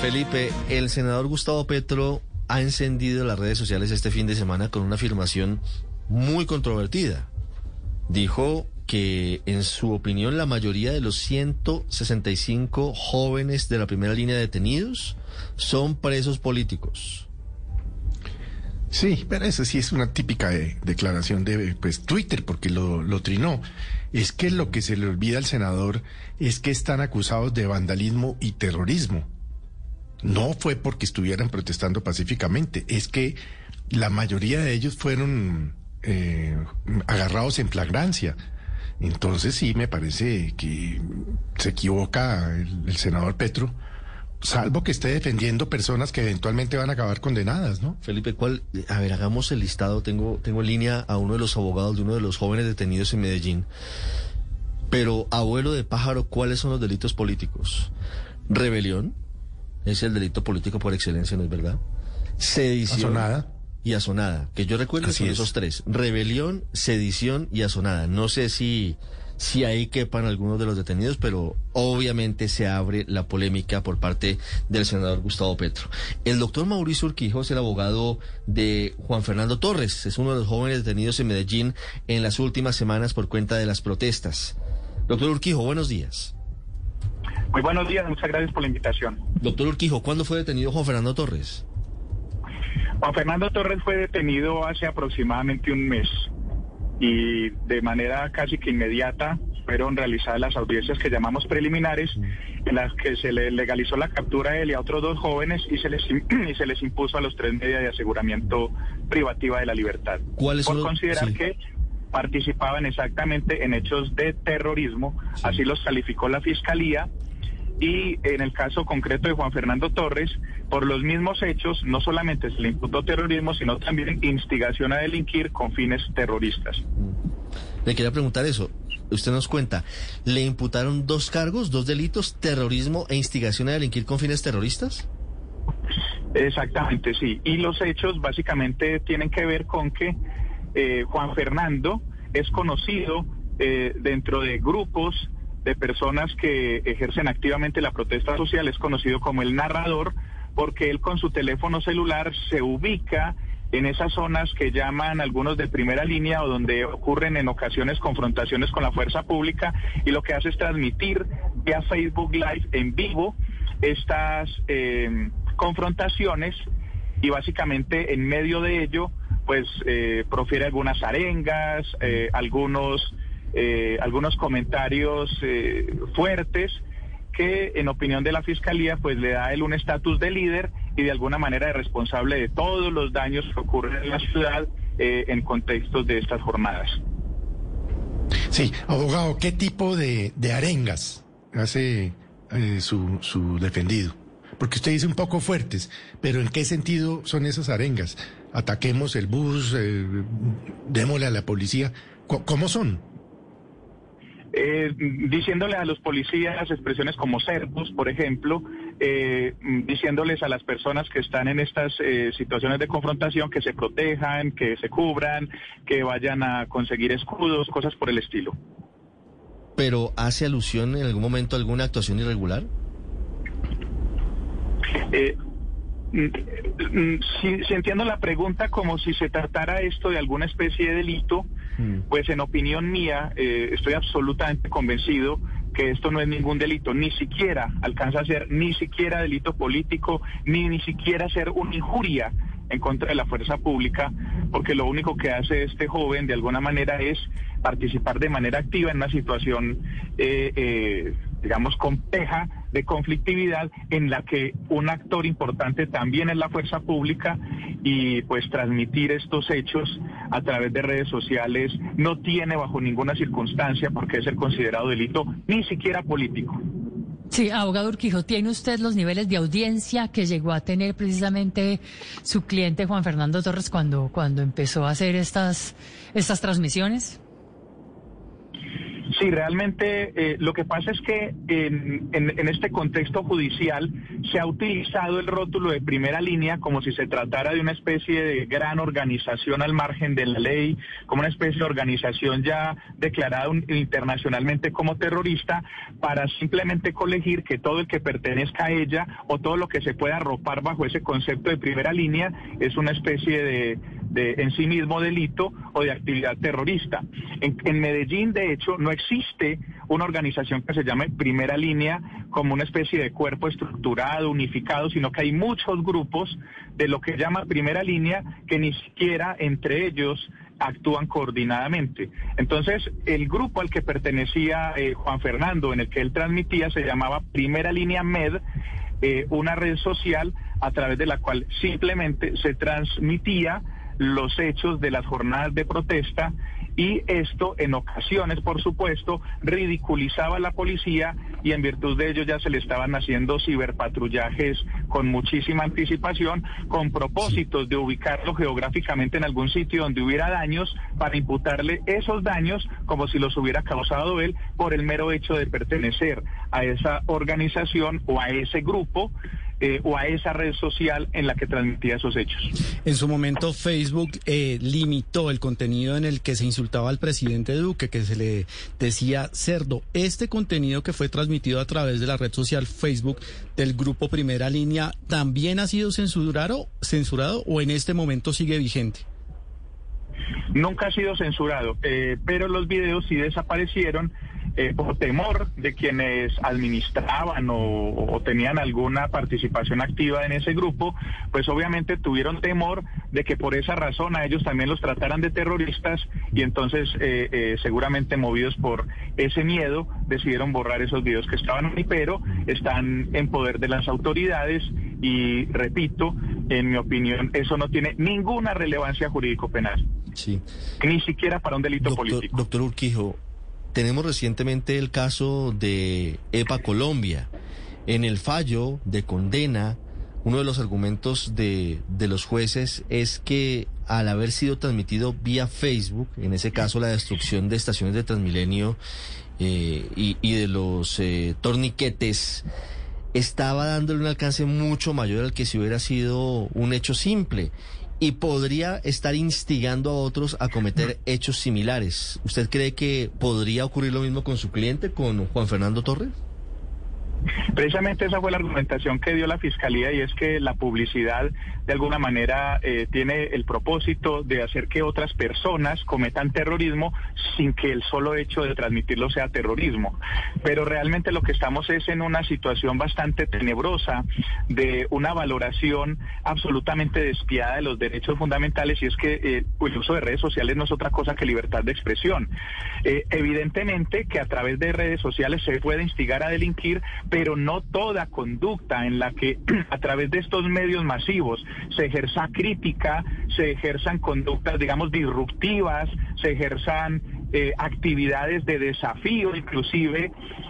Felipe, el senador Gustavo Petro ha encendido las redes sociales este fin de semana con una afirmación muy controvertida. Dijo que, en su opinión, la mayoría de los 165 jóvenes de la primera línea detenidos son presos políticos. Sí, pero eso sí es una típica declaración de Twitter, porque lo trinó. Es que lo que se le olvida al senador es que están acusados de vandalismo y terrorismo. No fue porque estuvieran protestando pacíficamente, es que la mayoría de ellos fueron agarrados en flagrancia. Entonces sí, me parece que se equivoca el senador Petro, salvo que esté defendiendo personas que eventualmente van a acabar condenadas, ¿no? Felipe, a ver, hagamos el listado. Tengo en línea a uno de los abogados de uno de los jóvenes detenidos en Medellín. Pero, abuelo de pájaro, ¿cuáles son los delitos políticos? Rebelión es el delito político por excelencia, ¿no es verdad? Sedición. Asonada. Y asonada, que yo recuerdo son esos tres: rebelión, sedición y asonada. No sé si ahí quepan algunos de los detenidos, pero obviamente se abre la polémica por parte del senador Gustavo Petro. El doctor Mauricio Urquijo es el abogado de Juan Fernando Torres, es uno de los jóvenes detenidos en Medellín en las últimas semanas por cuenta de las protestas. Doctor Urquijo, buenos días. Muy buenos días, muchas gracias por la invitación. Doctor Urquijo, ¿cuándo fue detenido Juan Fernando Torres? Juan Fernando Torres fue detenido hace aproximadamente un mes y de manera casi que inmediata fueron realizadas las audiencias que llamamos preliminares, en las que se le legalizó la captura a él y a otros dos jóvenes y se les impuso a los 3 medidas de aseguramiento privativa de la libertad. ¿Cuáles son por considerar que participaban exactamente en hechos de terrorismo, así los calificó la Fiscalía. Y en el caso concreto de Juan Fernando Torres, por los mismos hechos, no solamente se le imputó terrorismo, sino también instigación a delinquir con fines terroristas. Le quería preguntar eso. Usted nos cuenta, ¿le imputaron 2 cargos, 2 delitos, terrorismo e instigación a delinquir con fines terroristas? Exactamente, sí. Y los hechos básicamente tienen que ver con que Juan Fernando es conocido dentro de grupos de personas que ejercen activamente la protesta social, es conocido como el narrador, porque él con su teléfono celular se ubica en esas zonas que llaman algunos de primera línea o donde ocurren en ocasiones confrontaciones con la fuerza pública, y lo que hace es transmitir vía Facebook Live en vivo estas confrontaciones, y básicamente en medio de ello pues profiere algunas arengas, algunos comentarios fuertes que, en opinión de la Fiscalía, pues le da a él un estatus de líder y de alguna manera de responsable de todos los daños que ocurren en la ciudad en contextos de estas jornadas. Sí, abogado, ¿qué tipo de arengas hace su defendido? Porque usted dice un poco fuertes, pero ¿en qué sentido son esas arengas? Ataquemos el bus, démosle a la policía. ¿Cómo son? Diciéndole a los policías expresiones como cerdos, por ejemplo, diciéndoles a las personas que están en estas situaciones de confrontación que se protejan, que se cubran, que vayan a conseguir escudos, cosas por el estilo. ¿Pero hace alusión en algún momento a alguna actuación irregular? Si entiendo la pregunta como si se tratara esto de alguna especie de delito, pues en opinión mía estoy absolutamente convencido que esto no es ningún delito, ni siquiera alcanza a ser ni siquiera delito político, ni siquiera ser una injuria en contra de la fuerza pública, porque lo único que hace este joven de alguna manera es participar de manera activa en una situación digamos compleja de conflictividad en la que un actor importante también es la fuerza pública, y pues transmitir estos hechos a través de redes sociales no tiene bajo ninguna circunstancia por qué ser considerado delito, ni siquiera político. Sí, abogado Urquijo, ¿tiene usted los niveles de audiencia que llegó a tener precisamente su cliente Juan Fernando Torres cuando empezó a hacer estas transmisiones? Sí, realmente lo que pasa es que en este contexto judicial se ha utilizado el rótulo de primera línea como si se tratara de una especie de gran organización al margen de la ley, como una especie de organización ya declarada internacionalmente como terrorista, para simplemente colegir que todo el que pertenezca a ella o todo lo que se pueda arropar bajo ese concepto de primera línea es una especie de en sí mismo delito o de actividad terrorista. En Medellín, de hecho, no existe una organización que se llame Primera Línea como una especie de cuerpo estructurado, unificado, sino que hay muchos grupos de lo que llama Primera Línea que ni siquiera entre ellos actúan coordinadamente. Entonces, el grupo al que pertenecía Juan Fernando, en el que él transmitía, se llamaba Primera Línea Med, una red social a través de la cual simplemente se transmitía los hechos de las jornadas de protesta, y esto en ocasiones, por supuesto, ridiculizaba a la policía, y en virtud de ello ya se le estaban haciendo ciberpatrullajes con muchísima anticipación, con propósitos de ubicarlo geográficamente en algún sitio donde hubiera daños, para imputarle esos daños como si los hubiera causado él por el mero hecho de pertenecer a esa organización o a ese grupo o a esa red social en la que transmitía esos hechos. En su momento Facebook limitó el contenido en el que se insultaba al presidente Duque, que se le decía cerdo. ¿Este contenido que fue transmitido a través de la red social Facebook del grupo Primera Línea también ha sido censurado o en este momento sigue vigente? Nunca ha sido censurado, pero los videos sí desaparecieron por temor de quienes administraban o tenían alguna participación activa en ese grupo, pues obviamente tuvieron temor de que por esa razón a ellos también los trataran de terroristas, y entonces seguramente movidos por ese miedo decidieron borrar esos videos que estaban ahí, pero están en poder de las autoridades y, repito, en mi opinión, eso no tiene ninguna relevancia jurídico-penal. Sí. Ni siquiera para un delito político. Doctor Urquijo, tenemos recientemente el caso de EPA Colombia. En el fallo de condena, uno de los argumentos de los jueces es que al haber sido transmitido vía Facebook, en ese caso la destrucción de estaciones de Transmilenio y de los torniquetes, estaba dándole un alcance mucho mayor al que si hubiera sido un hecho simple, y podría estar instigando a otros a cometer hechos similares. ¿Usted cree que podría ocurrir lo mismo con su cliente, con Juan Fernando Torres? Precisamente esa fue la argumentación que dio la Fiscalía, y es que la publicidad de alguna manera tiene el propósito de hacer que otras personas cometan terrorismo sin que el solo hecho de transmitirlo sea terrorismo. Pero realmente lo que estamos es en una situación bastante tenebrosa de una valoración absolutamente despiadada de los derechos fundamentales, y es que el uso de redes sociales no es otra cosa que libertad de expresión. Evidentemente que a través de redes sociales se puede instigar a delinquir, pero no toda conducta en la que a través de estos medios masivos se ejerza crítica, se ejerzan conductas, digamos, disruptivas, se ejerzan actividades de desafío, inclusive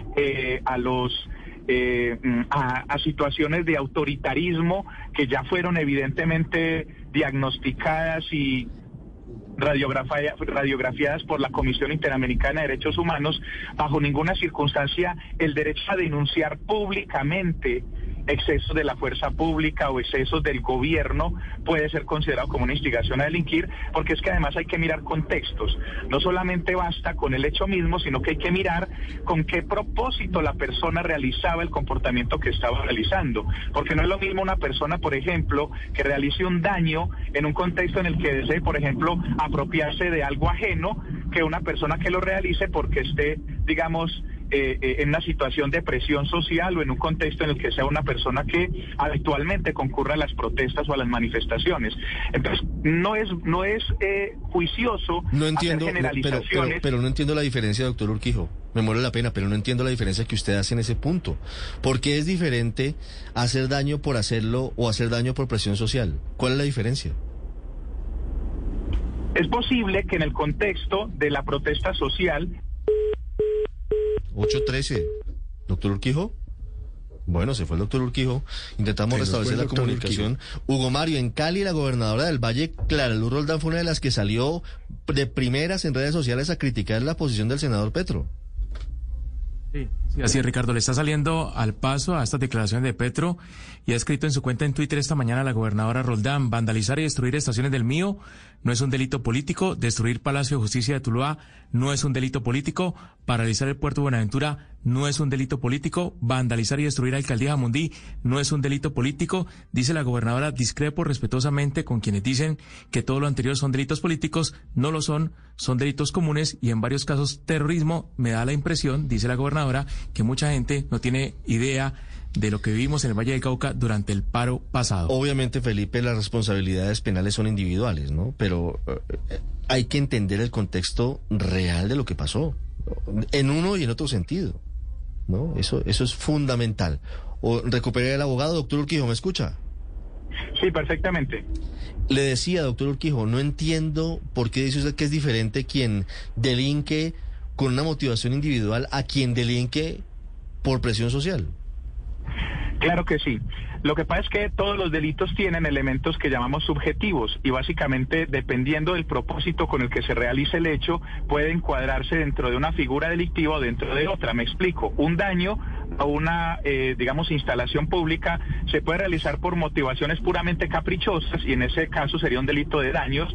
a situaciones de autoritarismo que ya fueron evidentemente diagnosticadas y radiografiadas por la Comisión Interamericana de Derechos Humanos. Bajo ninguna circunstancia el derecho a denunciar públicamente excesos de la fuerza pública o excesos del gobierno puede ser considerado como una instigación a delinquir, porque es que además hay que mirar contextos. No solamente basta con el hecho mismo, sino que hay que mirar con qué propósito la persona realizaba el comportamiento que estaba realizando, porque no es lo mismo una persona, por ejemplo, que realice un daño en un contexto en el que desee, por ejemplo, apropiarse de algo ajeno, que una persona que lo realice porque esté, digamos, en una situación de presión social o en un contexto en el que sea una persona que habitualmente concurra a las protestas o a las manifestaciones. Entonces, no es juicioso hacer generalizaciones. Pero no entiendo la diferencia, doctor Urquijo. Me muero la pena, pero no entiendo la diferencia que usted hace en ese punto. ¿Por qué es diferente hacer daño por hacerlo o hacer daño por presión social? ¿Cuál es la diferencia? Es posible que en el contexto de la protesta social... 8:13. ¿Doctor Urquijo? Bueno, se fue el doctor Urquijo. Intentamos restablecer la comunicación. Urquijo. Hugo Mario, en Cali, la gobernadora del Valle, Clara Luz Roldán, fue una de las que salió de primeras en redes sociales a criticar la posición del senador Petro. Sí, así es, Ricardo. Le está saliendo al paso a estas declaraciones de Petro y ha escrito en su cuenta en Twitter esta mañana la gobernadora Roldán: vandalizar y destruir estaciones del Mío no es un delito político, destruir Palacio de Justicia de Tuluá no es un delito político, paralizar el puerto de Buenaventura no es un delito político, vandalizar y destruir Alcaldía Jamundí no es un delito político. Dice la gobernadora: discrepo respetuosamente con quienes dicen que todo lo anterior son delitos políticos. No lo son, son delitos comunes y en varios casos terrorismo. Me da la impresión, dice la gobernadora, que mucha gente no tiene idea de lo que vivimos en el Valle del Cauca durante el paro pasado. Obviamente, Felipe, las responsabilidades penales son individuales, ¿no? Pero hay que entender el contexto real de lo que pasó, en uno y en otro sentido, ¿no? Eso es fundamental. Recuperé el abogado, doctor Urquijo, ¿me escucha? Sí, perfectamente. Le decía, doctor Urquijo, no entiendo por qué dice usted que es diferente quien delinque con una motivación individual a quien delinque por presión social. Claro que sí. Lo que pasa es que todos los delitos tienen elementos que llamamos subjetivos y básicamente, dependiendo del propósito con el que se realice el hecho, puede encuadrarse dentro de una figura delictiva o dentro de otra. Me explico. Un daño a una, instalación pública se puede realizar por motivaciones puramente caprichosas y en ese caso sería un delito de daños.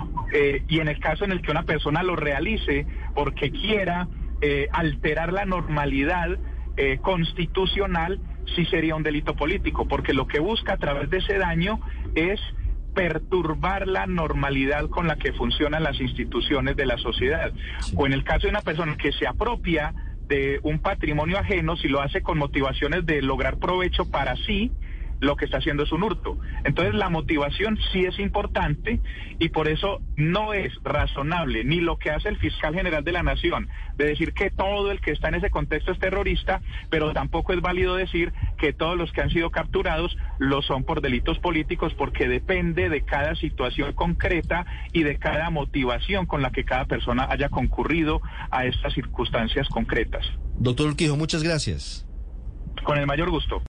Y en el caso en el que una persona lo realice porque quiera alterar la normalidad constitucional, sí sería un delito político, porque lo que busca a través de ese daño es perturbar la normalidad con la que funcionan las instituciones de la sociedad. Sí. O en el caso de una persona que se apropia de un patrimonio ajeno, si lo hace con motivaciones de lograr provecho para sí, lo que está haciendo es un hurto. Entonces la motivación sí es importante y por eso no es razonable ni lo que hace el fiscal general de la Nación de decir que todo el que está en ese contexto es terrorista, pero tampoco es válido decir que todos los que han sido capturados lo son por delitos políticos, porque depende de cada situación concreta y de cada motivación con la que cada persona haya concurrido a estas circunstancias concretas. Doctor Urquijo, muchas gracias. Con el mayor gusto.